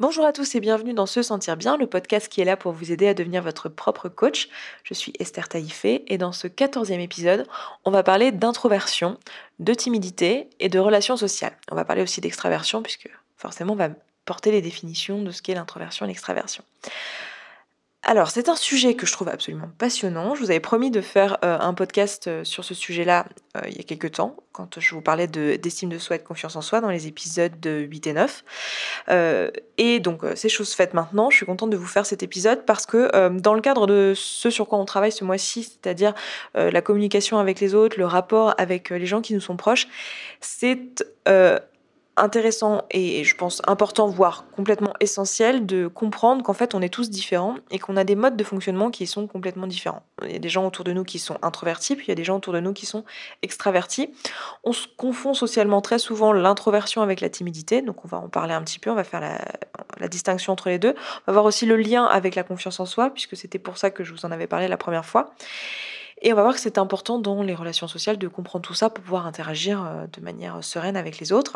Bonjour à tous et bienvenue dans Se Sentir Bien, le podcast qui est là pour vous aider à devenir votre propre coach. Je suis Esther Taïfé et dans ce 14e épisode, on va parler d'introversion, de timidité et de relations sociales. On va parler aussi d'extraversion puisque forcément on va porter les définitions de ce qu'est l'introversion et l'extraversion. Alors, c'est un sujet que je trouve absolument passionnant. Je vous avais promis de faire un podcast sur ce sujet-là il y a quelques temps, quand je vous parlais d'estime de soi et de confiance en soi dans les épisodes de 8 et 9. Et donc, c'est chose faite maintenant. Je suis contente de vous faire cet épisode parce que dans le cadre de ce sur quoi on travaille ce mois-ci, c'est-à-dire la communication avec les autres, le rapport avec les gens qui nous sont proches, c'est intéressant et je pense important, voire complètement essentiel de comprendre qu'en fait on est tous différents et qu'on a des modes de fonctionnement qui sont complètement différents. Il y a des gens autour de nous qui sont introvertis, puis il y a des gens autour de nous qui sont extravertis. On se confond socialement très souvent l'introversion avec la timidité, donc on va en parler un petit peu, on va faire la distinction entre les deux. On va voir aussi le lien avec la confiance en soi, puisque c'était pour ça que je vous en avais parlé la première fois. Et on va voir que c'est important dans les relations sociales de comprendre tout ça pour pouvoir interagir de manière sereine avec les autres.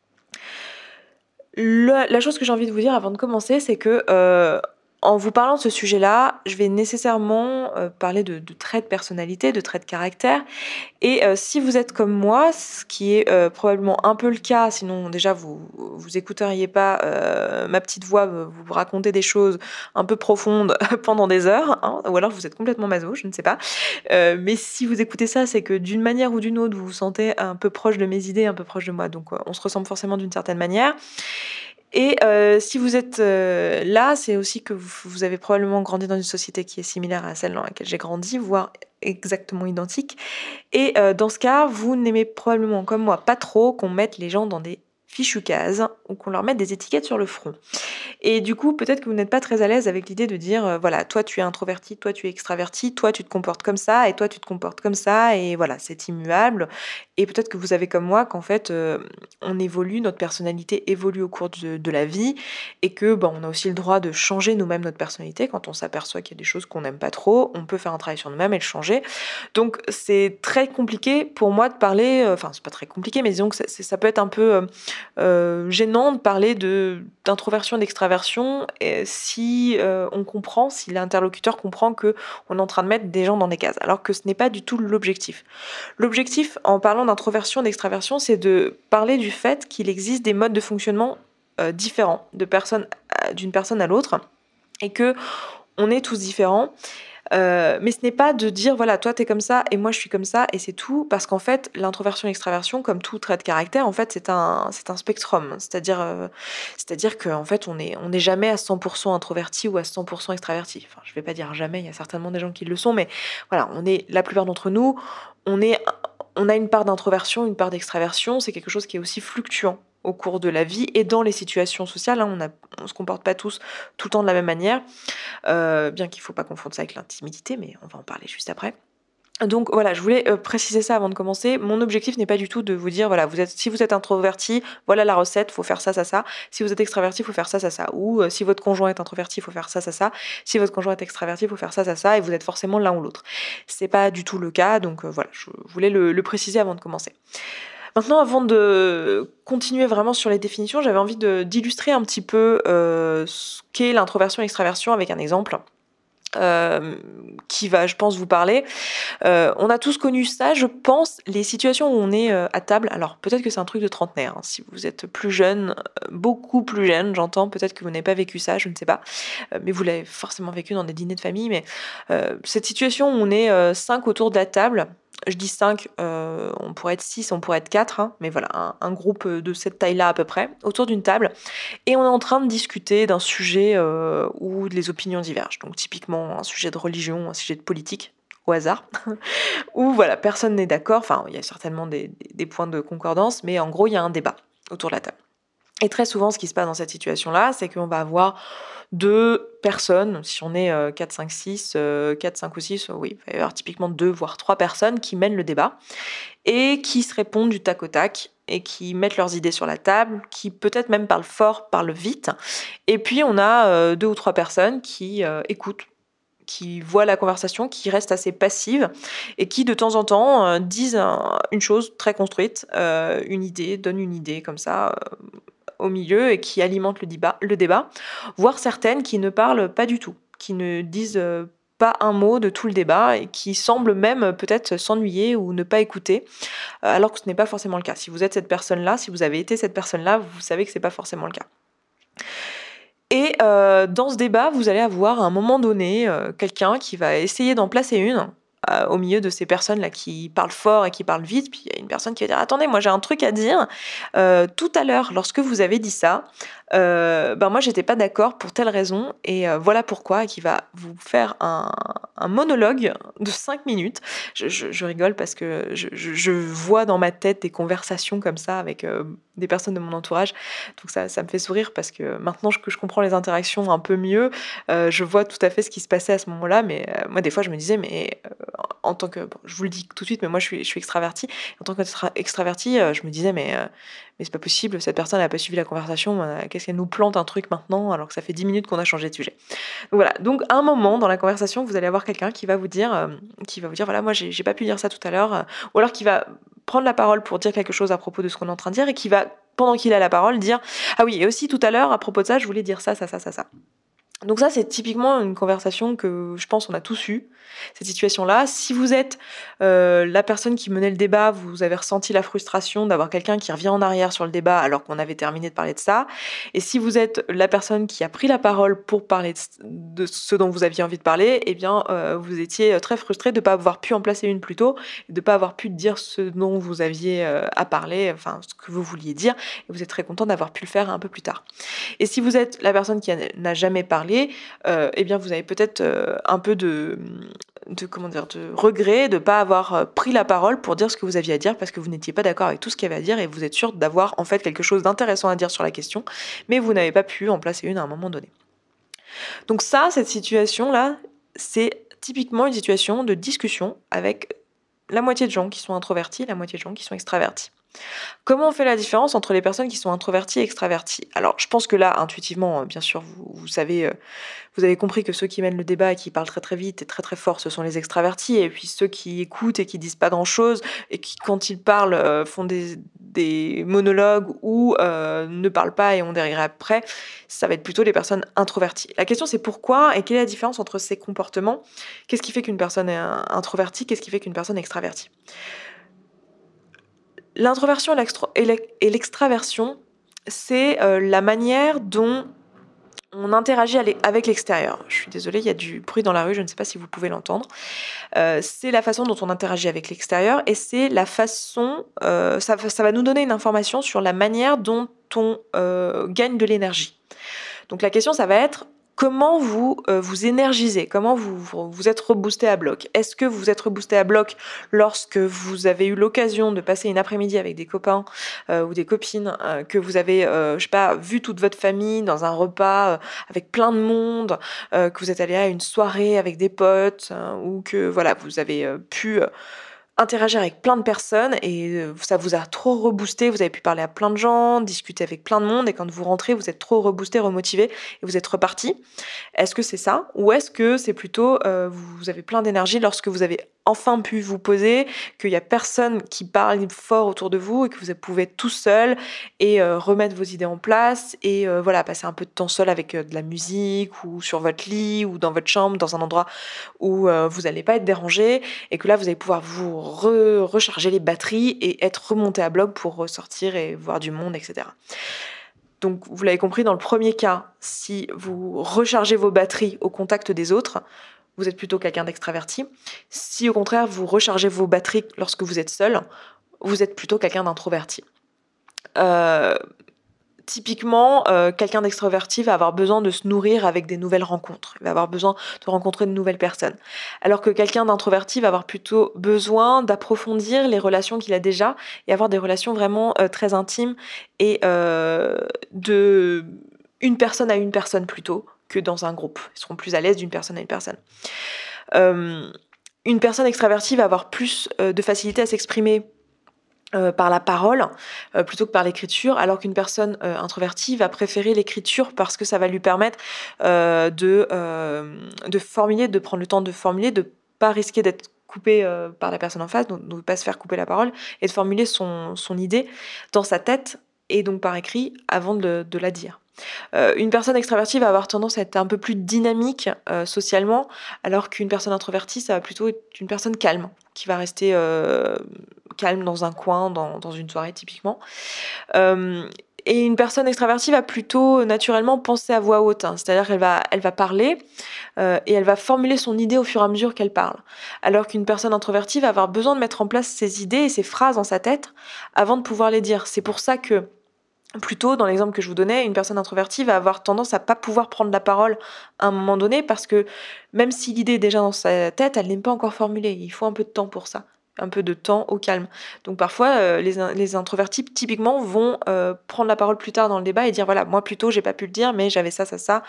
La chose que j'ai envie de vous dire avant de commencer, c'est que en vous parlant de ce sujet-là, je vais nécessairement parler de traits de personnalité, de traits de caractère. Et si vous êtes comme moi, ce qui est probablement un peu le cas, sinon déjà vous écouteriez pas ma petite voix vous raconter des choses un peu profondes pendant des heures, hein, ou alors vous êtes complètement maso, je ne sais pas. Mais si vous écoutez ça, c'est que d'une manière ou d'une autre, vous vous sentez un peu proche de mes idées, un peu proche de moi. Donc on se ressemble forcément d'une certaine manière. Et si vous êtes là, c'est aussi que vous avez probablement grandi dans une société qui est similaire à celle dans laquelle j'ai grandi, voire exactement identique. Et dans ce cas, vous n'aimez probablement comme moi pas trop qu'on mette les gens dans des fichues cases ou qu'on leur mette des étiquettes sur le front. Et du coup, peut-être que vous n'êtes pas très à l'aise avec l'idée de dire, voilà, toi tu es introverti, toi tu es extraverti, toi tu te comportes comme ça et toi tu te comportes comme ça et voilà, c'est immuable. Et peut-être que vous avez comme moi qu'en fait, on évolue, notre personnalité évolue au cours de la vie et que on a aussi le droit de changer nous-mêmes notre personnalité quand on s'aperçoit qu'il y a des choses qu'on n'aime pas trop, on peut faire un travail sur nous-mêmes et le changer. Donc c'est très compliqué pour moi de parler, enfin c'est pas très compliqué, mais disons que ça peut être un peu gênant de parler d'introversion et d'extraversion si on comprend, si l'interlocuteur comprend que on est en train de mettre des gens dans des cases, alors que ce n'est pas du tout l'objectif. L'objectif, en parlant d'introversion et d'extraversion, c'est de parler du fait qu'il existe des modes de fonctionnement différents d'une personne à l'autre, et que on est tous différents. Mais ce n'est pas de dire voilà, toi t'es comme ça et moi je suis comme ça et c'est tout, parce qu'en fait l'introversion et l'extraversion, comme tout trait de caractère, en fait c'est un spectrum, c'est-à-dire qu'en fait on n'est jamais à 100% introverti ou à 100% extraverti. Enfin, je vais pas dire jamais, il y a certainement des gens qui le sont, mais voilà, la plupart d'entre nous, on est on a une part d'introversion, une part d'extraversion, c'est quelque chose qui est aussi fluctuant au cours de la vie et dans les situations sociales, hein, on se comporte pas tous tout le temps de la même manière. Bien qu'il ne faut pas confondre ça avec l'intimidité, mais on va en parler juste après. Donc voilà, je voulais préciser ça avant de commencer. Mon objectif n'est pas du tout de vous dire, voilà, si vous êtes introverti, voilà la recette, faut faire ça, ça, ça. Si vous êtes extraverti, faut faire ça, ça, ça. Ou si votre conjoint est introverti, faut faire ça, ça, ça. Si votre conjoint est extraverti, faut faire ça, ça, ça. Et vous êtes forcément l'un ou l'autre. C'est pas du tout le cas, donc voilà, je voulais le préciser avant de commencer. Maintenant, avant de continuer vraiment sur les définitions, j'avais envie d'illustrer un petit peu ce qu'est l'introversion et l'extraversion avec un exemple qui va, je pense, vous parler. On a tous connu ça, je pense, les situations où on est à table. Alors, peut-être que c'est un truc de trentenaire, hein. Si vous êtes plus jeune, beaucoup plus jeune, j'entends, peut-être que vous n'avez pas vécu ça, je ne sais pas. Mais vous l'avez forcément vécu dans des dîners de famille. Mais cette situation où on est 5 autour de la table, je dis 5, on pourrait être 6, on pourrait être 4, hein, mais voilà, un groupe de cette taille-là à peu près, autour d'une table, et on est en train de discuter d'un sujet où les opinions divergent. Donc typiquement un sujet de religion, un sujet de politique, au hasard, où voilà, personne n'est d'accord, enfin il y a certainement des points de concordance, mais en gros il y a un débat autour de la table. Et très souvent, ce qui se passe dans cette situation-là, c'est qu'on va avoir 2 personnes, si on est 4, 5, 6, 4, 5 ou 6, oui, il va y avoir typiquement 2 voire 3 personnes qui mènent le débat et qui se répondent du tac au tac et qui mettent leurs idées sur la table, qui peut-être même parlent fort, parlent vite. Et puis on a 2 ou 3 personnes qui écoutent, qui voient la conversation, qui restent assez passives et qui de temps en temps disent une chose très construite, une idée, donnent une idée comme ça, au milieu et qui alimentent le débat, voire certaines qui ne parlent pas du tout, qui ne disent pas un mot de tout le débat et qui semblent même peut-être s'ennuyer ou ne pas écouter, alors que ce n'est pas forcément le cas. Si vous êtes cette personne-là, si vous avez été cette personne-là, vous savez que ce n'est pas forcément le cas. Et dans ce débat, vous allez avoir à un moment donné quelqu'un qui va essayer d'en placer une au milieu de ces personnes-là qui parlent fort et qui parlent vite. Puis il y a une personne qui va dire « Attendez, moi j'ai un truc à dire. Tout à l'heure, lorsque vous avez dit ça, moi j'étais pas d'accord pour telle raison et voilà pourquoi », et qui va vous faire un monologue de 5 minutes. Je rigole parce que je vois dans ma tête des conversations comme ça avec des personnes de mon entourage. Donc ça me fait sourire parce que maintenant que je comprends les interactions un peu mieux, je vois tout à fait ce qui se passait à ce moment-là. Mais moi des fois je me disais, mais en tant que, je vous le dis tout de suite, mais moi je suis extravertie. En tant qu'extravertie, je me disais, mais c'est pas possible, cette personne n'a pas suivi la conversation, qu'est-ce qu'elle nous plante un truc maintenant alors que ça fait 10 minutes qu'on a changé de sujet. Donc voilà, donc à un moment dans la conversation, vous allez avoir quelqu'un qui va vous dire, voilà, moi j'ai pas pu dire ça tout à l'heure, ou alors qui va prendre la parole pour dire quelque chose à propos de ce qu'on est en train de dire et qui va, pendant qu'il a la parole, dire « Ah oui, et aussi tout à l'heure, à propos de ça, je voulais dire ça. » Donc ça, c'est typiquement une conversation que je pense on a tous eu, cette situation-là. Si vous êtes la personne qui menait le débat, vous avez ressenti la frustration d'avoir quelqu'un qui revient en arrière sur le débat alors qu'on avait terminé de parler de ça. Et si vous êtes la personne qui a pris la parole pour parler de ce dont vous aviez envie de parler, eh bien, vous étiez très frustré de ne pas avoir pu en placer une plus tôt, et de ne pas avoir pu dire ce dont vous aviez à parler, enfin, ce que vous vouliez dire, et vous êtes très content d'avoir pu le faire un peu plus tard. Et si vous êtes la personne qui n'a jamais parlé, eh bien vous avez peut-être un peu de regret de ne pas avoir pris la parole pour dire ce que vous aviez à dire parce que vous n'étiez pas d'accord avec tout ce qu'il y avait à dire et vous êtes sûr d'avoir en fait quelque chose d'intéressant à dire sur la question, mais vous n'avez pas pu en placer une à un moment donné. Donc ça, cette situation-là, c'est typiquement une situation de discussion avec la moitié de gens qui sont introvertis et la moitié de gens qui sont extravertis. Comment on fait la différence entre les personnes qui sont introverties et extraverties ? Alors, je pense que là, intuitivement, bien sûr, vous savez, vous avez compris que ceux qui mènent le débat et qui parlent très très vite et très très fort, ce sont les extravertis, et puis ceux qui écoutent et qui disent pas grand-chose, et qui, quand ils parlent, font des monologues ou ne parlent pas et ont des rires après, ça va être plutôt les personnes introverties. La question, c'est pourquoi et quelle est la différence entre ces comportements ? Qu'est-ce qui fait qu'une personne est introvertie ? Qu'est-ce qui fait qu'une personne est extravertie ? L'introversion et l'extraversion, c'est la manière dont on interagit avec l'extérieur. Je suis désolée, il y a du bruit dans la rue, je ne sais pas si vous pouvez l'entendre. C'est la façon dont on interagit avec l'extérieur et c'est la façon, ça va nous donner une information sur la manière dont on gagne de l'énergie. Donc la question, ça va être comment vous vous énergisez, comment vous êtes reboosté à bloc. Est-ce que vous êtes reboosté à bloc lorsque vous avez eu l'occasion de passer une après-midi avec des copains ou des copines, que vous avez, je sais pas, vu toute votre famille dans un repas avec plein de monde, que vous êtes allé à une soirée avec des potes, ou que voilà, vous avez pu interagir avec plein de personnes et ça vous a trop reboosté, vous avez pu parler à plein de gens, discuter avec plein de monde et quand vous rentrez, vous êtes trop reboosté, remotivé et vous êtes reparti. Est-ce que c'est ça ou est-ce que c'est plutôt vous avez plein d'énergie lorsque vous avez enfin pu vous poser, qu'il y a personne qui parle fort autour de vous et que vous pouvez être tout seul et remettre vos idées en place et voilà, passer un peu de temps seul avec de la musique ou sur votre lit ou dans votre chambre, dans un endroit où vous n'allez pas être dérangé et que là vous allez pouvoir vous recharger les batteries et être remonté à bloc pour ressortir et voir du monde, etc. Donc vous l'avez compris, dans le premier cas, si vous rechargez vos batteries au contact des autres, vous êtes plutôt quelqu'un d'extraverti. Si au contraire vous rechargez vos batteries lorsque vous êtes seul, vous êtes plutôt quelqu'un d'introverti. Typiquement, quelqu'un d'extraverti va avoir besoin de se nourrir avec des nouvelles rencontres. Il va avoir besoin de rencontrer de nouvelles personnes. Alors que quelqu'un d'introverti va avoir plutôt besoin d'approfondir les relations qu'il a déjà et avoir des relations vraiment très intimes et de une personne à une personne plutôt que dans un groupe. Ils seront plus à l'aise d'une personne à une personne. Une personne extravertie va avoir plus de facilité à s'exprimer par la parole plutôt que par l'écriture, alors qu'une personne introvertie va préférer l'écriture parce que ça va lui permettre de formuler, de prendre le temps de formuler, de pas risquer d'être coupé par la personne en face, donc de ne pas se faire couper la parole et de formuler son idée dans sa tête et donc par écrit avant de la dire. Une personne extravertie va avoir tendance à être un peu plus dynamique socialement, alors qu'une personne introvertie, ça va plutôt être une personne calme, qui va rester calme dans un coin, dans une soirée typiquement. Euh, et une personne extravertie va plutôt naturellement penser à voix haute, hein. C'est-à-dire qu'elle va parler et elle va formuler son idée au fur et à mesure qu'elle parle. Alors qu'une personne introvertie va avoir besoin de mettre en place ses idées et ses phrases dans sa tête avant de pouvoir les dire. C'est pour ça que plutôt, dans l'exemple que je vous donnais, une personne introvertie va avoir tendance à pas pouvoir prendre la parole à un moment donné parce que même si l'idée est déjà dans sa tête, elle n'est pas encore formulée. Il faut un peu de temps pour ça, un peu de temps au calme. Donc parfois, les introvertis typiquement vont prendre la parole plus tard dans le débat et dire voilà, moi plus tôt j'ai pas pu le dire, mais j'avais ça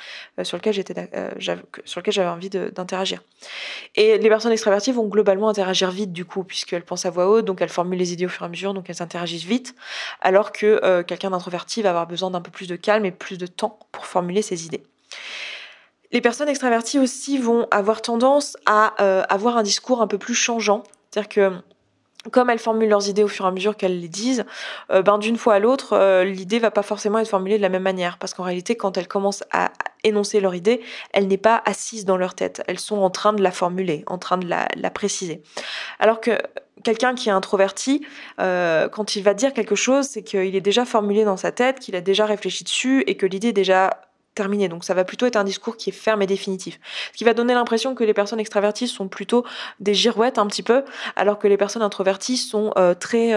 sur lequel j'avais envie d'interagir. Et les personnes extraverties vont globalement interagir vite du coup, puisqu'elles pensent à voix haute, donc elles formulent les idées au fur et à mesure, donc elles interagissent vite, alors que quelqu'un d'introverti va avoir besoin d'un peu plus de calme et plus de temps pour formuler ses idées. Les personnes extraverties aussi vont avoir tendance à avoir un discours un peu plus changeant, c'est-à-dire que comme elles formulent leurs idées au fur et à mesure qu'elles les disent, d'une fois à l'autre, l'idée va pas forcément être formulée de la même manière. Parce qu'en réalité, quand elles commencent à énoncer leur idée, elle n'est pas assise dans leur tête. Elles sont en train de la formuler, en train de la préciser. Alors que quelqu'un qui est introverti, quand il va dire quelque chose, c'est qu'il est déjà formulé dans sa tête, qu'il a déjà réfléchi dessus et que l'idée est déjà terminée. Donc ça va plutôt être un discours qui est ferme et définitif. Ce qui va donner l'impression que les personnes extraverties sont plutôt des girouettes un petit peu, alors que les personnes introverties sont très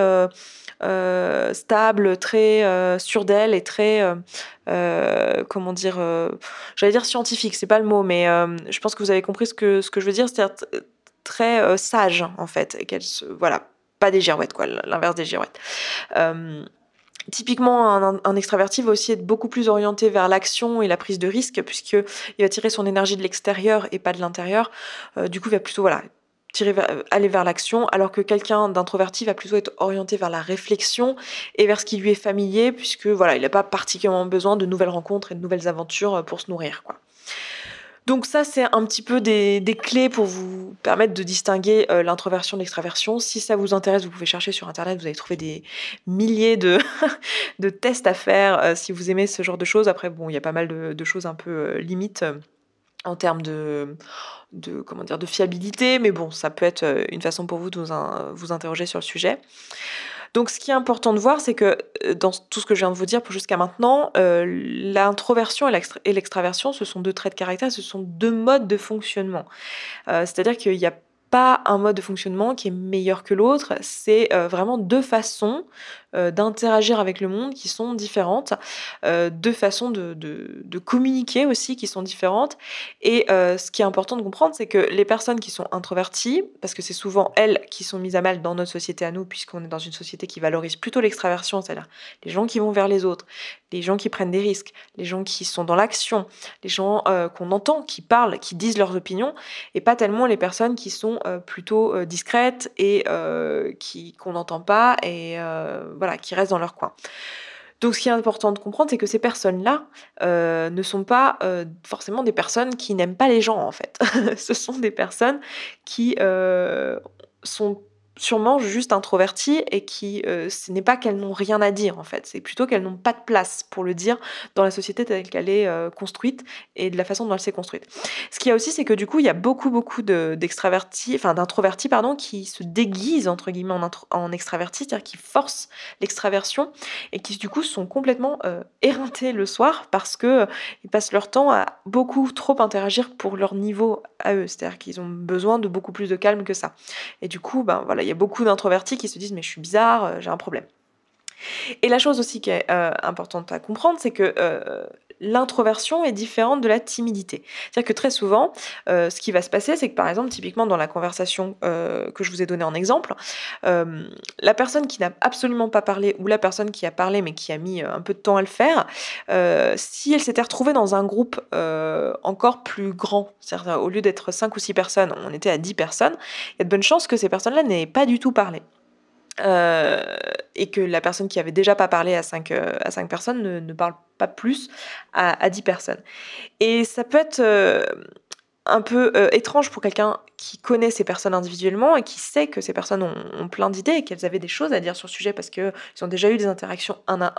stables, très sûres d'elles et très, comment dire, j'allais dire scientifique, c'est pas le mot, mais je pense que vous avez compris ce que je veux dire, c'est-à-dire très sages en fait, et voilà, pas des girouettes quoi, l'inverse des girouettes. Typiquement, un extraverti va aussi être beaucoup plus orienté vers l'action et la prise de risque, puisqu'il va tirer son énergie de l'extérieur et pas de l'intérieur. Du coup, il va plutôt aller vers l'action, alors que quelqu'un d'introverti va plutôt être orienté vers la réflexion et vers ce qui lui est familier, puisque voilà, il n'a pas particulièrement besoin de nouvelles rencontres et de nouvelles aventures pour se nourrir, quoi. Donc ça, c'est un petit peu des clés pour vous permettre de distinguer l'introversion de l'extraversion. Si ça vous intéresse, vous pouvez chercher sur Internet, vous allez trouver des milliers de, de tests à faire si vous aimez ce genre de choses. Après, bon, il y a pas mal de choses un peu limites en termes comment dire, de fiabilité, mais bon, ça peut être une façon pour vous de vous interroger sur le sujet. Donc ce qui est important de voir, c'est que dans tout ce que je viens de vous dire jusqu'à maintenant, l'introversion et l'extraversion, ce sont deux traits de caractère, ce sont deux modes de fonctionnement. C'est-à-dire qu'il n'y a pas un mode de fonctionnement qui est meilleur que l'autre, c'est vraiment deux façons d'interagir avec le monde qui sont différentes, deux façons de communiquer aussi qui sont différentes. Et ce qui est important de comprendre, c'est que les personnes qui sont introverties, parce que c'est souvent elles qui sont mises à mal dans notre société à nous, puisqu'on est dans une société qui valorise plutôt l'extraversion, c'est-à-dire les gens qui vont vers les autres, les gens qui prennent des risques, les gens qui sont dans l'action, les gens qu'on entend, qui parlent, qui disent leurs opinions, et pas tellement les personnes qui sont plutôt discrètes et qu'on n'entend pas et voilà, qui restent dans leur coin. Donc ce qui est important de comprendre, c'est que ces personnes-là ne sont pas forcément des personnes qui n'aiment pas les gens, en fait. Ce sont des personnes qui sont sûrement juste introverties et qui, ce n'est pas qu'elles n'ont rien à dire, en fait. C'est plutôt qu'elles n'ont pas de place pour le dire dans la société telle qu'elle est construite et de la façon dont elle s'est construite. Ce qu'il y a aussi, c'est que du coup, il y a beaucoup d'extravertis, enfin d'introvertis, pardon, qui se déguisent, entre guillemets, en extravertis, c'est-à-dire qui forcent l'extraversion et qui du coup sont complètement éreintés le soir parce que ils passent leur temps à beaucoup trop interagir pour leur niveau à eux, c'est-à-dire qu'ils ont besoin de beaucoup plus de calme que ça. Et du coup, ben voilà, il y a beaucoup d'introvertis qui se disent mais je suis bizarre, j'ai un problème. Et la chose aussi qui est importante à comprendre, c'est que l'introversion est différente de la timidité. C'est-à-dire que très souvent, ce qui va se passer, c'est que par exemple, typiquement dans la conversation que je vous ai donnée en exemple, la personne qui n'a absolument pas parlé ou la personne qui a parlé mais qui a mis un peu de temps à le faire, si elle s'était retrouvée dans un groupe encore plus grand, c'est-à-dire au lieu d'être 5 ou 6 personnes, on était à 10 personnes, il y a de bonnes chances que ces personnes-là n'aient pas du tout parlé. Et que la personne qui avait déjà pas parlé à 5 personnes ne parle pas plus à 10 personnes. Et ça peut être un peu étrange pour quelqu'un qui connaît ces personnes individuellement et qui sait que ces personnes ont plein d'idées et qu'elles avaient des choses à dire sur le sujet parce qu'ils ont déjà eu des interactions un à un.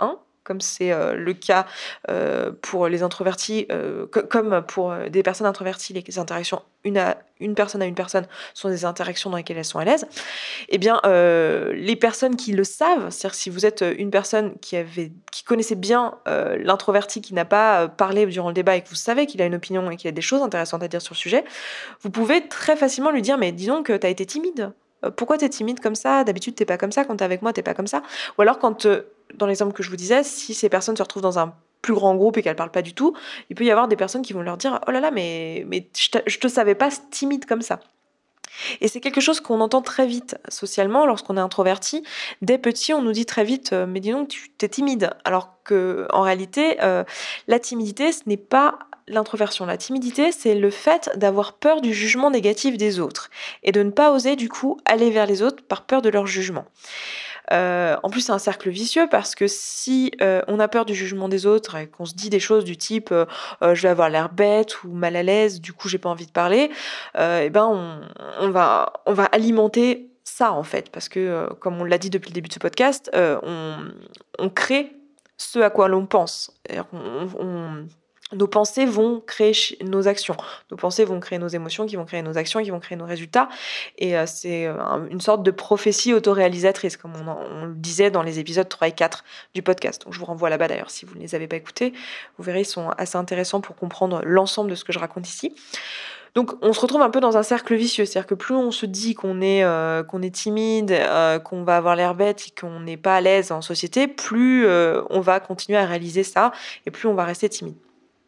comme c'est le cas pour les introvertis, comme pour des personnes introverties, les interactions une personne à une personne sont des interactions dans lesquelles elles sont à l'aise. Eh bien, les personnes qui le savent, c'est-à-dire si vous êtes une personne qui connaissait bien l'introverti qui n'a pas parlé durant le débat et que vous savez qu'il a une opinion et qu'il a des choses intéressantes à dire sur le sujet, vous pouvez très facilement lui dire « mais dis donc, t'as été timide. Pourquoi t'es timide comme ça? D'habitude, t'es pas comme ça. Quand t'es avec moi, t'es pas comme ça. » Ou alors quand, dans l'exemple que je vous disais, si ces personnes se retrouvent dans un plus grand groupe et qu'elles parlent pas du tout, il peut y avoir des personnes qui vont leur dire « oh là là, mais je te savais pas timide comme ça. » Et c'est quelque chose qu'on entend très vite socialement lorsqu'on est introverti. Dès petit, on nous dit très vite mais dis donc, tu es timide. Alors qu'en réalité, la timidité, ce n'est pas l'introversion. La timidité, c'est le fait d'avoir peur du jugement négatif des autres et de ne pas oser du coup aller vers les autres par peur de leur jugement. En plus, c'est un cercle vicieux parce que si on a peur du jugement des autres et qu'on se dit des choses du type je vais avoir l'air bête ou mal à l'aise, du coup j'ai pas envie de parler, et ben on va alimenter ça en fait, parce que comme on l'a dit depuis le début de ce podcast, on crée ce à quoi l'on pense. C'est-à-dire nos pensées vont créer nos actions. Nos pensées vont créer nos émotions, qui vont créer nos actions, qui vont créer nos résultats. Et c'est une sorte de prophétie autoréalisatrice, comme on le disait dans les épisodes 3 et 4 du podcast. Donc je vous renvoie là-bas d'ailleurs, si vous ne les avez pas écoutés. Vous verrez, ils sont assez intéressants pour comprendre l'ensemble de ce que je raconte ici. Donc on se retrouve un peu dans un cercle vicieux, c'est-à-dire que plus on se dit qu'on est timide, qu'on va avoir l'air bête et qu'on n'est pas à l'aise en société, plus on va continuer à réaliser ça et plus on va rester timide.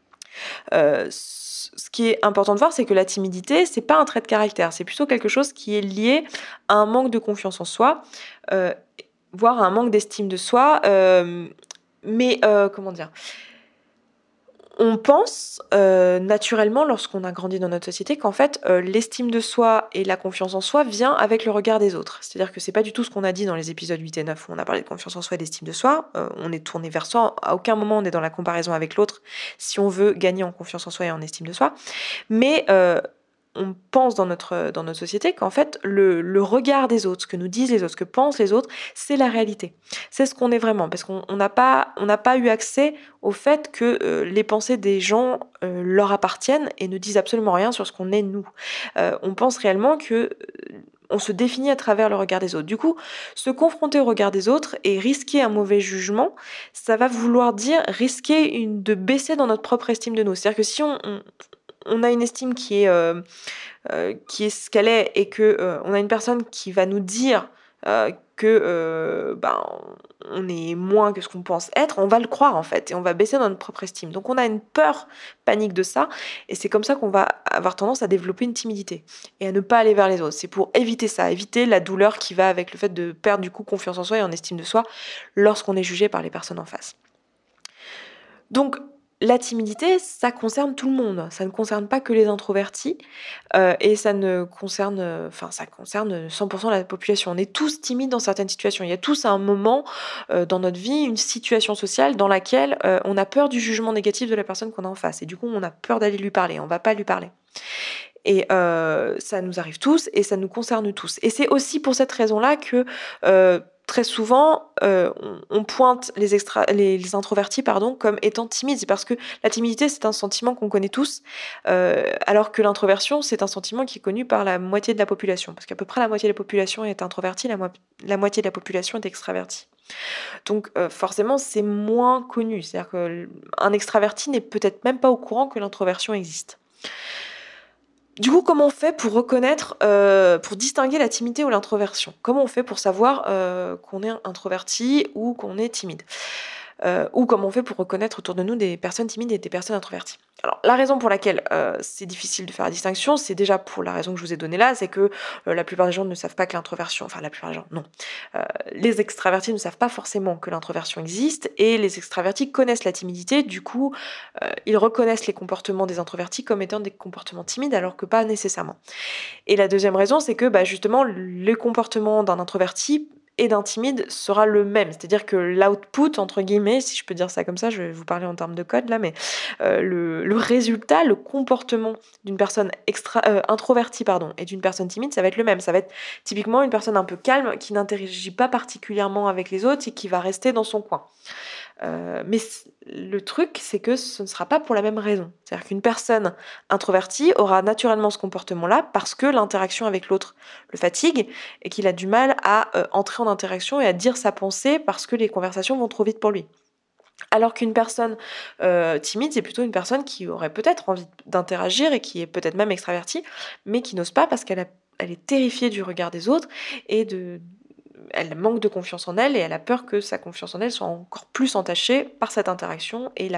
Ce qui est important de voir, c'est que la timidité, c'est pas un trait de caractère, c'est plutôt quelque chose qui est lié à un manque de confiance en soi, voire à un manque d'estime de soi. Mais comment dire? On pense naturellement, lorsqu'on a grandi dans notre société, qu'en fait, l'estime de soi et la confiance en soi vient avec le regard des autres. C'est-à-dire que c'est pas du tout ce qu'on a dit dans les épisodes 8 et 9 où on a parlé de confiance en soi et d'estime de soi. On est tourné vers soi. À aucun moment on est dans la comparaison avec l'autre si on veut gagner en confiance en soi et en estime de soi. Mais on pense dans notre société qu'en fait, le regard des autres, ce que nous disent les autres, ce que pensent les autres, c'est la réalité. C'est ce qu'on est vraiment, parce qu'on n'a pas eu accès au fait que les pensées des gens leur appartiennent et ne disent absolument rien sur ce qu'on est nous. On pense réellement que on se définit à travers le regard des autres. Du coup, se confronter au regard des autres et risquer un mauvais jugement, ça va vouloir dire risquer de baisser dans notre propre estime de nous. C'est-à-dire que si on a une estime qui est ce qu'elle est et que on a une personne qui va nous dire que on est moins que ce qu'on pense être, on va le croire en fait et on va baisser dans notre propre estime. Donc on a une peur panique de ça et c'est comme ça qu'on va avoir tendance à développer une timidité et à ne pas aller vers les autres. C'est pour éviter ça, éviter la douleur qui va avec le fait de perdre du coup confiance en soi et en estime de soi lorsqu'on est jugé par les personnes en face. Donc la timidité, ça concerne tout le monde. Ça ne concerne pas que les introvertis et ça concerne 100% de la population. On est tous timides dans certaines situations. Il y a tous à un moment dans notre vie une situation sociale dans laquelle on a peur du jugement négatif de la personne qu'on a en face. Et du coup, on a peur d'aller lui parler. On ne va pas lui parler. Et ça nous arrive tous et ça nous concerne tous. Et c'est aussi pour cette raison-là que très souvent, on pointe les introvertis comme étant timides. C'est parce que la timidité, c'est un sentiment qu'on connaît tous, alors que l'introversion, c'est un sentiment qui est connu par la moitié de la population. Parce qu'à peu près la moitié de la population est introvertie, la moitié de la population est extravertie. Donc forcément, c'est moins connu. C'est-à-dire qu'un extraverti n'est peut-être même pas au courant que l'introversion existe. Du coup, comment on fait pour reconnaître, pour distinguer la timidité ou l'introversion? Comment on fait pour savoir qu'on est introverti ou qu'on est timide? Ou comment on fait pour reconnaître autour de nous des personnes timides et des personnes introverties? Alors, la raison pour laquelle c'est difficile de faire la distinction, c'est déjà pour la raison que je vous ai donnée là, c'est que la plupart des gens ne savent pas que l'introversion, enfin la plupart des gens, non. Les extravertis ne savent pas forcément que l'introversion existe et les extravertis connaissent la timidité, du coup, ils reconnaissent les comportements des introvertis comme étant des comportements timides alors que pas nécessairement. Et la deuxième raison, c'est que justement, le comportement d'un introverti et d'un timide sera le même. C'est-à-dire que l'output, entre guillemets, si je peux dire ça comme ça, je vais vous parler en termes de code là, mais le résultat, le comportement d'une personne introvertie et d'une personne timide, ça va être le même. Ça va être typiquement une personne un peu calme qui n'interagit pas particulièrement avec les autres et qui va rester dans son coin. Mais le truc, c'est que ce ne sera pas pour la même raison. C'est-à-dire qu'une personne introvertie aura naturellement ce comportement-là parce que l'interaction avec l'autre le fatigue et qu'il a du mal à entrer en interaction et à dire sa pensée parce que les conversations vont trop vite pour lui. Alors qu'une personne timide, c'est plutôt une personne qui aurait peut-être envie d'interagir et qui est peut-être même extravertie, mais qui n'ose pas parce elle est terrifiée du regard des autres et elle manque de confiance en elle et elle a peur que sa confiance en elle soit encore plus entachée par cette interaction et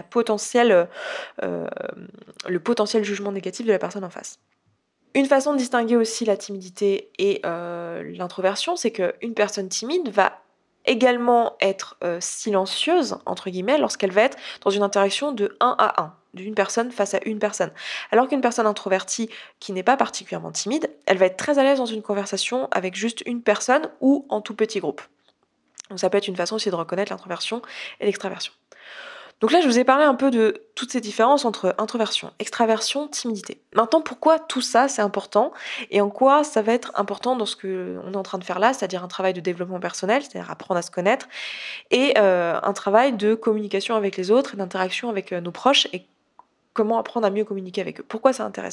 euh, le potentiel jugement négatif de la personne en face. Une façon de distinguer aussi la timidité et l'introversion, c'est qu'une personne timide va également être silencieuse, entre guillemets, lorsqu'elle va être dans une interaction de 1 à 1, d'une personne face à une personne. Alors qu'une personne introvertie qui n'est pas particulièrement timide, elle va être très à l'aise dans une conversation avec juste une personne ou en tout petit groupe. Donc ça peut être une façon aussi de reconnaître l'introversion et l'extraversion. Donc là, je vous ai parlé un peu de toutes ces différences entre introversion, extraversion, timidité. Maintenant, pourquoi tout ça, c'est important et en quoi ça va être important dans ce qu'on est en train de faire là, c'est-à-dire un travail de développement personnel, c'est-à-dire apprendre à se connaître, et un travail de communication avec les autres et d'interaction avec nos proches et comment apprendre à mieux communiquer avec eux. Pourquoi c'est intéressant ?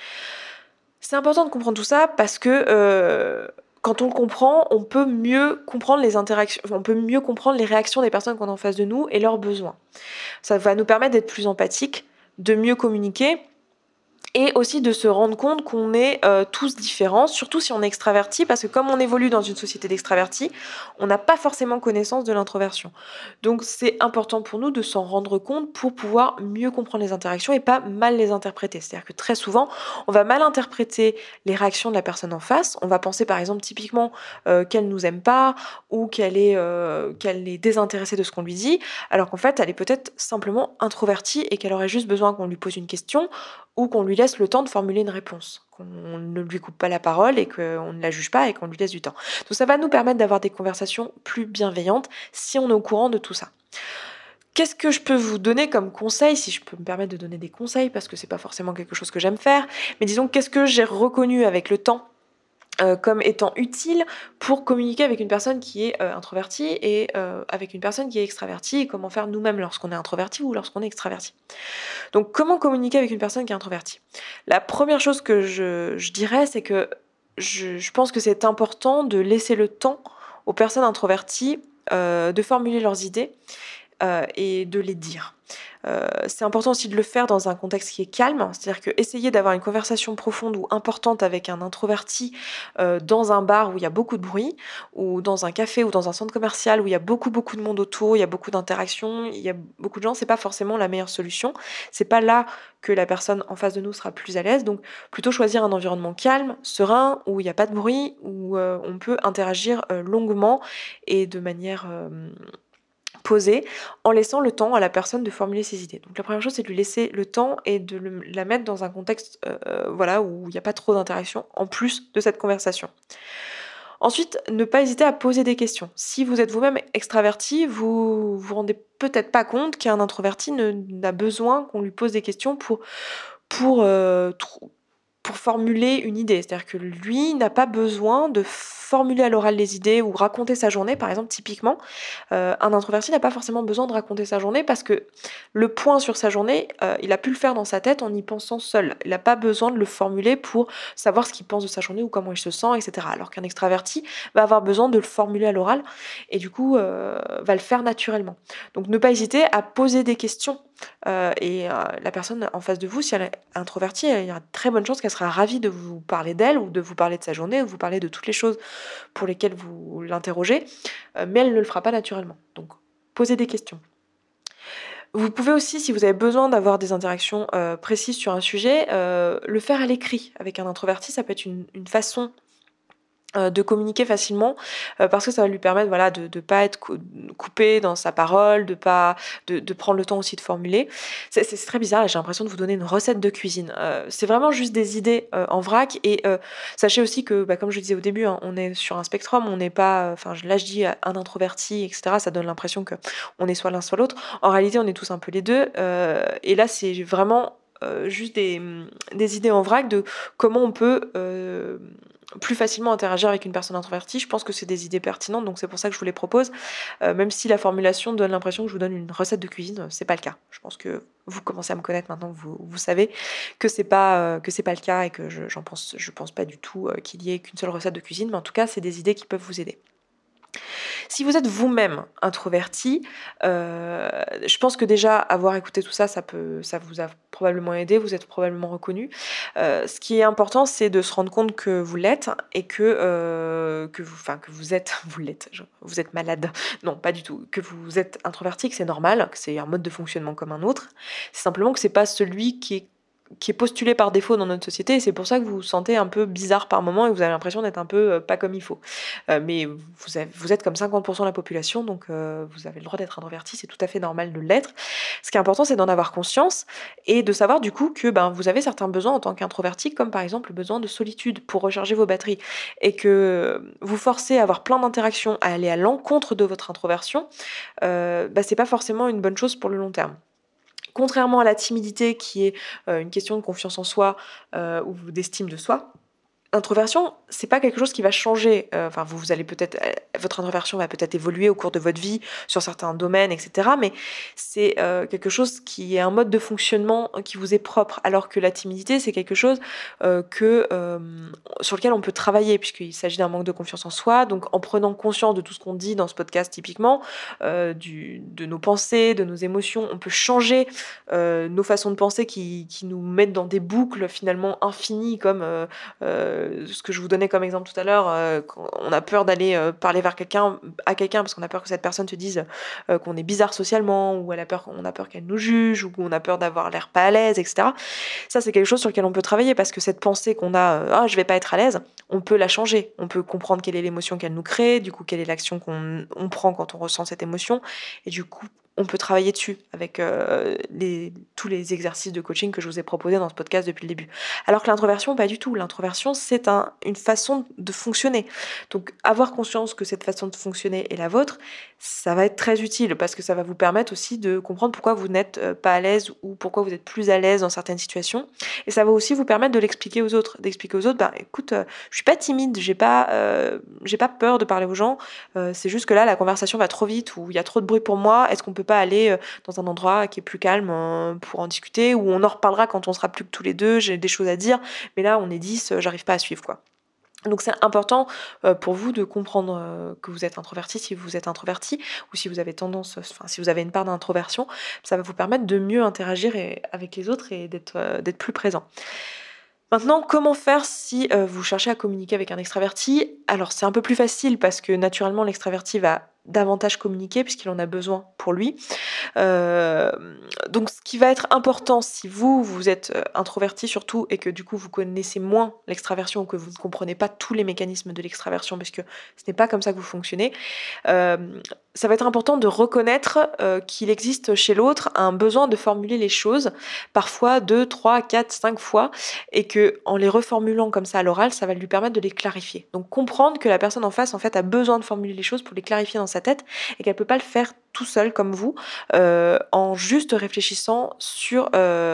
C'est important de comprendre tout ça parce que quand on le comprend, on peut mieux comprendre les interactions, on peut mieux comprendre les réactions des personnes qu'on a en face de nous et leurs besoins. Ça va nous permettre d'être plus empathiques, de mieux communiquer et aussi de se rendre compte qu'on est tous différents, surtout si on est extraverti, parce que comme on évolue dans une société d'extravertis, on n'a pas forcément connaissance de l'introversion. Donc c'est important pour nous de s'en rendre compte pour pouvoir mieux comprendre les interactions et pas mal les interpréter. C'est-à-dire que très souvent, on va mal interpréter les réactions de la personne en face. On va penser par exemple typiquement qu'elle nous aime pas ou qu'elle est désintéressée de ce qu'on lui dit, alors qu'en fait, elle est peut-être simplement introvertie et qu'elle aurait juste besoin qu'on lui pose une question ou qu'on lui laisse le temps de formuler une réponse, qu'on ne lui coupe pas la parole et qu'on ne la juge pas et qu'on lui laisse du temps. Donc ça va nous permettre d'avoir des conversations plus bienveillantes si on est au courant de tout ça. Qu'est-ce que je peux vous donner comme conseil, si je peux me permettre de donner des conseils, parce que c'est pas forcément quelque chose que j'aime faire, mais disons qu'est-ce que j'ai reconnu avec le temps comme étant utile pour communiquer avec une personne qui est introvertie et avec une personne qui est extravertie et comment faire nous-mêmes lorsqu'on est introverti ou lorsqu'on est extraverti. Donc comment communiquer avec une personne qui est introvertie ? La première chose que je dirais, c'est que je pense que c'est important de laisser le temps aux personnes introverties de formuler leurs idées et de les dire. C'est important aussi de le faire dans un contexte qui est calme, c'est-à-dire que essayer d'avoir une conversation profonde ou importante avec un introverti dans un bar où il y a beaucoup de bruit, ou dans un café ou dans un centre commercial où il y a beaucoup de monde autour, il y a beaucoup d'interactions, il y a beaucoup de gens, c'est pas forcément la meilleure solution. C'est pas là que la personne en face de nous sera plus à l'aise, donc plutôt choisir un environnement calme, serein, où il n'y a pas de bruit, où on peut interagir longuement et de manière posée, en laissant le temps à la personne de formuler ses idées. Donc la première chose, c'est de lui laisser le temps et de la mettre dans un contexte voilà, où il n'y a pas trop d'interaction en plus de cette conversation. Ensuite, ne pas hésiter à poser des questions. Si vous êtes vous-même extraverti, vous vous rendez peut-être pas compte qu'un introverti n'a besoin qu'on lui pose des questions pour, euh, tr- pour formuler une idée. C'est-à-dire que lui n'a pas besoin de formuler à l'oral les idées ou raconter sa journée. Par exemple, typiquement, un introverti n'a pas forcément besoin de raconter sa journée parce que le point sur sa journée, il a pu le faire dans sa tête en y pensant seul. Il n'a pas besoin de le formuler pour savoir ce qu'il pense de sa journée ou comment il se sent, etc. Alors qu'un extraverti va avoir besoin de le formuler à l'oral et du coup va le faire naturellement. Donc ne pas hésiter à poser des questions la personne en face de vous, si elle est introvertie, il y a de très bonnes chances qu'elle sera ravie de vous parler d'elle ou de vous parler de sa journée ou de vous parler de toutes les choses pour lesquelles vous l'interrogez, mais elle ne le fera pas naturellement. Donc, posez des questions. Vous pouvez aussi, si vous avez besoin d'avoir des interactions précises sur un sujet, le faire à l'écrit. Avec un introverti, ça peut être une façon de communiquer facilement parce que ça va lui permettre voilà de pas être coupé dans sa parole, de prendre le temps aussi de formuler. C'est très bizarre, là, j'ai l'impression de vous donner une recette de cuisine. C'est vraiment juste des idées en vrac et sachez aussi que comme je le disais au début, hein, on est sur un spectrum, on n'est pas là je dis un introverti etc. Ça donne l'impression que on est soit l'un soit l'autre. En réalité, on est tous un peu les deux et là c'est vraiment juste des idées en vrac de comment on peut plus facilement interagir avec une personne introvertie. Je pense que c'est des idées pertinentes, donc c'est pour ça que je vous les propose. Même si la formulation donne l'impression que je vous donne une recette de cuisine, c'est pas le cas. Je pense que vous commencez à me connaître maintenant, vous savez que c'est pas le cas et que je pense pas du tout qu'il y ait qu'une seule recette de cuisine, mais en tout cas, c'est des idées qui peuvent vous aider. Si vous êtes vous-même introverti, je pense que déjà avoir écouté tout ça, ça vous a probablement aidé, vous êtes probablement reconnu. Ce qui est important, c'est de se rendre compte que vous l'êtes et que vous êtes, vous êtes malade. Non, pas du tout. Que vous êtes introverti, que c'est normal, que c'est un mode de fonctionnement comme un autre. C'est simplement que c'est pas celui qui est postulé par défaut dans notre société, et c'est pour ça que vous vous sentez un peu bizarre par moment et que vous avez l'impression d'être un peu pas comme il faut. Mais vous êtes comme 50% de la population, donc vous avez le droit d'être introverti, c'est tout à fait normal de l'être. Ce qui est important, c'est d'en avoir conscience et de savoir du coup que vous avez certains besoins en tant qu'introverti, comme par exemple le besoin de solitude pour recharger vos batteries, et que vous forcez à avoir plein d'interactions, à aller à l'encontre de votre introversion, c'est pas forcément une bonne chose pour le long terme. Contrairement à la timidité qui est une question de confiance en soi ou d'estime de soi, l'introversion, c'est pas quelque chose qui va changer. Vous allez peut-être, votre introversion va peut-être évoluer au cours de votre vie sur certains domaines, etc. Mais c'est quelque chose qui est un mode de fonctionnement qui vous est propre, alors que la timidité, c'est quelque chose sur lequel on peut travailler, puisqu'il s'agit d'un manque de confiance en soi. Donc, en prenant conscience de tout ce qu'on dit dans ce podcast, typiquement, de nos pensées, de nos émotions, on peut changer nos façons de penser qui nous mettent dans des boucles finalement infinies, comme ce que je vous donnais comme exemple tout à l'heure, on a peur d'aller parler à quelqu'un parce qu'on a peur que cette personne se dise qu'on est bizarre socialement, ou on a peur qu'elle nous juge, ou qu'on a peur d'avoir l'air pas à l'aise, etc. Ça, c'est quelque chose sur lequel on peut travailler, parce que cette pensée qu'on a, je vais pas être à l'aise, on peut la changer. On peut comprendre quelle est l'émotion qu'elle nous crée, du coup quelle est l'action qu'on prend quand on ressent cette émotion, et du coup on peut travailler dessus avec tous les exercices de coaching que je vous ai proposés dans ce podcast depuis le début. Alors que l'introversion, pas du tout. L'introversion, c'est une façon de fonctionner. Donc, avoir conscience que cette façon de fonctionner est la vôtre, ça va être très utile, parce que ça va vous permettre aussi de comprendre pourquoi vous n'êtes pas à l'aise, ou pourquoi vous êtes plus à l'aise dans certaines situations. Et ça va aussi vous permettre de l'expliquer aux autres. D'expliquer aux autres, écoute, je suis pas timide, j'ai pas peur de parler aux gens, c'est juste que là, la conversation va trop vite, ou il y a trop de bruit pour moi, est-ce qu'on peut pas aller dans un endroit qui est plus calme pour en discuter, ou on en reparlera quand on sera plus que tous les deux, j'ai des choses à dire, mais là on est 10, j'arrive pas à suivre, quoi. Donc c'est important pour vous de comprendre que vous êtes introverti, si vous êtes introverti, ou si vous avez si vous avez une part d'introversion, ça va vous permettre de mieux interagir avec les autres et d'être plus présent. Maintenant, comment faire si vous cherchez à communiquer avec un extraverti ? Alors c'est un peu plus facile, parce que naturellement l'extraverti va davantage communiquer puisqu'il en a besoin pour lui. Donc ce qui va être important, si vous êtes introverti surtout, et que du coup vous connaissez moins l'extraversion, ou que vous ne comprenez pas tous les mécanismes de l'extraversion, parce que ce n'est pas comme ça que vous fonctionnez, ça va être important de reconnaître qu'il existe chez l'autre un besoin de formuler les choses, parfois 2, 3, 4, 5 fois, et que en les reformulant comme ça à l'oral, ça va lui permettre de les clarifier. Donc comprendre que la personne en face, en fait, a besoin de formuler les choses pour les clarifier dans sa tête, et qu'elle peut pas le faire tout seul comme vous, en juste réfléchissant sur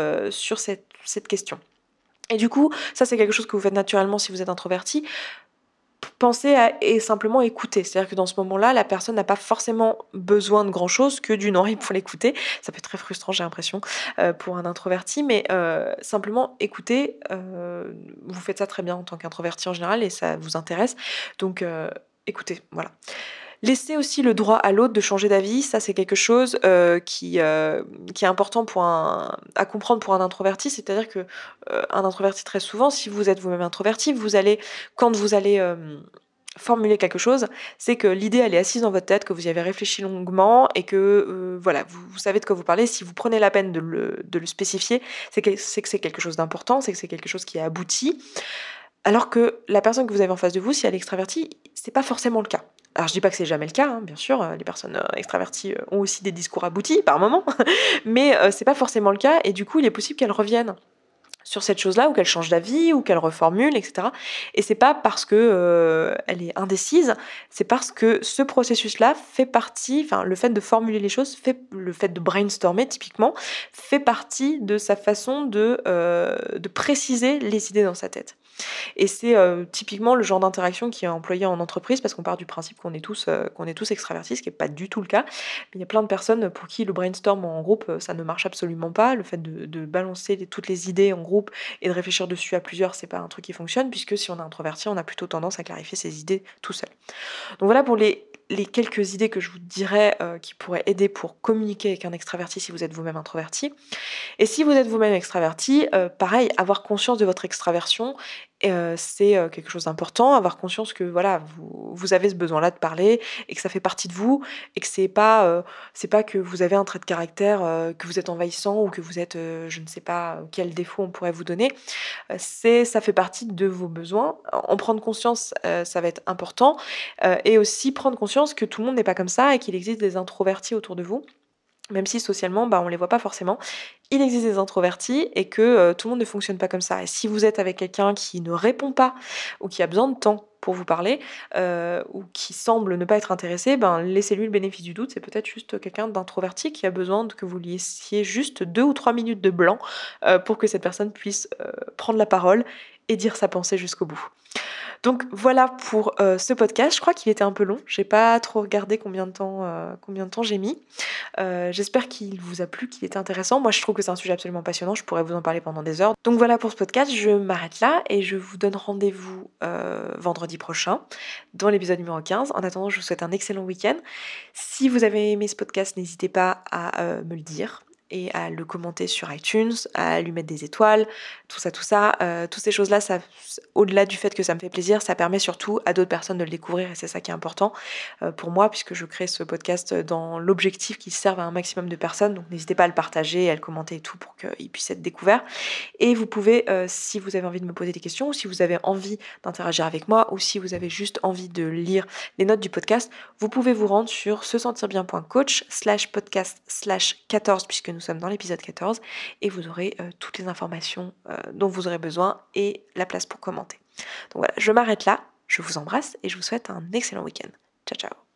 cette question. Et du coup, ça c'est quelque chose que vous faites naturellement si vous êtes introverti. Pensez à simplement écouter. C'est-à-dire que dans ce moment-là, la personne n'a pas forcément besoin de grand-chose que d'une oreille pour l'écouter. Ça peut être très frustrant, j'ai l'impression, pour un introverti, mais simplement écouter. Vous faites ça très bien en tant qu'introverti en général, et ça vous intéresse. Donc écoutez, voilà. Laisser aussi le droit à l'autre de changer d'avis, ça c'est quelque chose qui est important à comprendre pour un introverti. C'est-à-dire que un introverti, très souvent, si vous êtes vous-même introverti, quand vous allez formuler quelque chose, c'est que l'idée elle est assise dans votre tête, que vous y avez réfléchi longuement, et que vous savez de quoi vous parlez. Si vous prenez la peine de le spécifier, c'est que c'est quelque chose d'important, c'est que c'est quelque chose qui est abouti. Alors que la personne que vous avez en face de vous, si elle est extravertie, c'est pas forcément le cas. Alors je dis pas que c'est jamais le cas, hein, bien sûr, les personnes extraverties ont aussi des discours aboutis par moment, mais c'est pas forcément le cas, et du coup il est possible qu'elles reviennent sur cette chose-là, ou qu'elle change d'avis, ou qu'elle reformule, etc. Et c'est pas parce que elle est indécise, c'est parce que ce processus-là fait partie, enfin le fait de formuler les choses, le fait de brainstormer typiquement, fait partie de sa façon de préciser les idées dans sa tête. Et c'est typiquement le genre d'interaction qui est employé en entreprise, parce qu'on part du principe qu'on est tous extravertis, ce qui est pas du tout le cas. Mais il y a plein de personnes pour qui le brainstorm en groupe, ça ne marche absolument pas. Le fait de balancer toutes les idées en groupe et de réfléchir dessus à plusieurs, c'est pas un truc qui fonctionne, puisque si on est introverti, on a plutôt tendance à clarifier ses idées tout seul. Donc voilà pour les quelques idées que je vous dirais qui pourraient aider pour communiquer avec un extraverti si vous êtes vous-même introverti. Et si vous êtes vous-même extraverti, pareil, avoir conscience de votre extraversion, c'est quelque chose d'important. Avoir conscience que voilà, vous avez ce besoin-là de parler et que ça fait partie de vous, et que c'est pas que vous avez un trait de caractère, que vous êtes envahissant, ou que vous êtes, je ne sais pas quel défaut on pourrait vous donner. Ça fait partie de vos besoins. En prendre conscience, ça va être important, et aussi prendre conscience que tout le monde n'est pas comme ça et qu'il existe des introvertis autour de vous. Même si socialement, on les voit pas forcément. Il existe des introvertis et que tout le monde ne fonctionne pas comme ça. Et si vous êtes avec quelqu'un qui ne répond pas, ou qui a besoin de temps pour vous parler, ou qui semble ne pas être intéressé, laissez-lui le bénéfice du doute. C'est peut-être juste quelqu'un d'introverti qui a besoin que vous lui laissiez juste 2 ou 3 minutes de blanc pour que cette personne puisse prendre la parole et dire sa pensée jusqu'au bout. Donc voilà pour ce podcast. Je crois qu'il était un peu long. J'ai pas trop regardé combien de temps j'ai mis. J'espère qu'il vous a plu, qu'il était intéressant. Moi, je trouve que c'est un sujet absolument passionnant. Je pourrais vous en parler pendant des heures. Donc voilà pour ce podcast. Je m'arrête là et je vous donne rendez-vous vendredi prochain dans l'épisode numéro 15. En attendant, je vous souhaite un excellent week-end. Si vous avez aimé ce podcast, n'hésitez pas à me le dire et à le commenter sur iTunes, à lui mettre des étoiles, tout ça. Toutes ces choses-là, au-delà du fait que ça me fait plaisir, ça permet surtout à d'autres personnes de le découvrir, et c'est ça qui est important pour moi, puisque je crée ce podcast dans l'objectif qu'il serve à un maximum de personnes. Donc n'hésitez pas à le partager, à le commenter et tout, pour qu'il puisse être découvert. Et vous pouvez, si vous avez envie de me poser des questions, ou si vous avez envie d'interagir avec moi, ou si vous avez juste envie de lire les notes du podcast, vous pouvez vous rendre sur sesentirbien.coach/podcast/14, puisque nous sommes dans l'épisode 14, et vous aurez toutes les informations dont vous aurez besoin et la place pour commenter. Donc voilà, je m'arrête là, je vous embrasse et je vous souhaite un excellent week-end. Ciao ciao.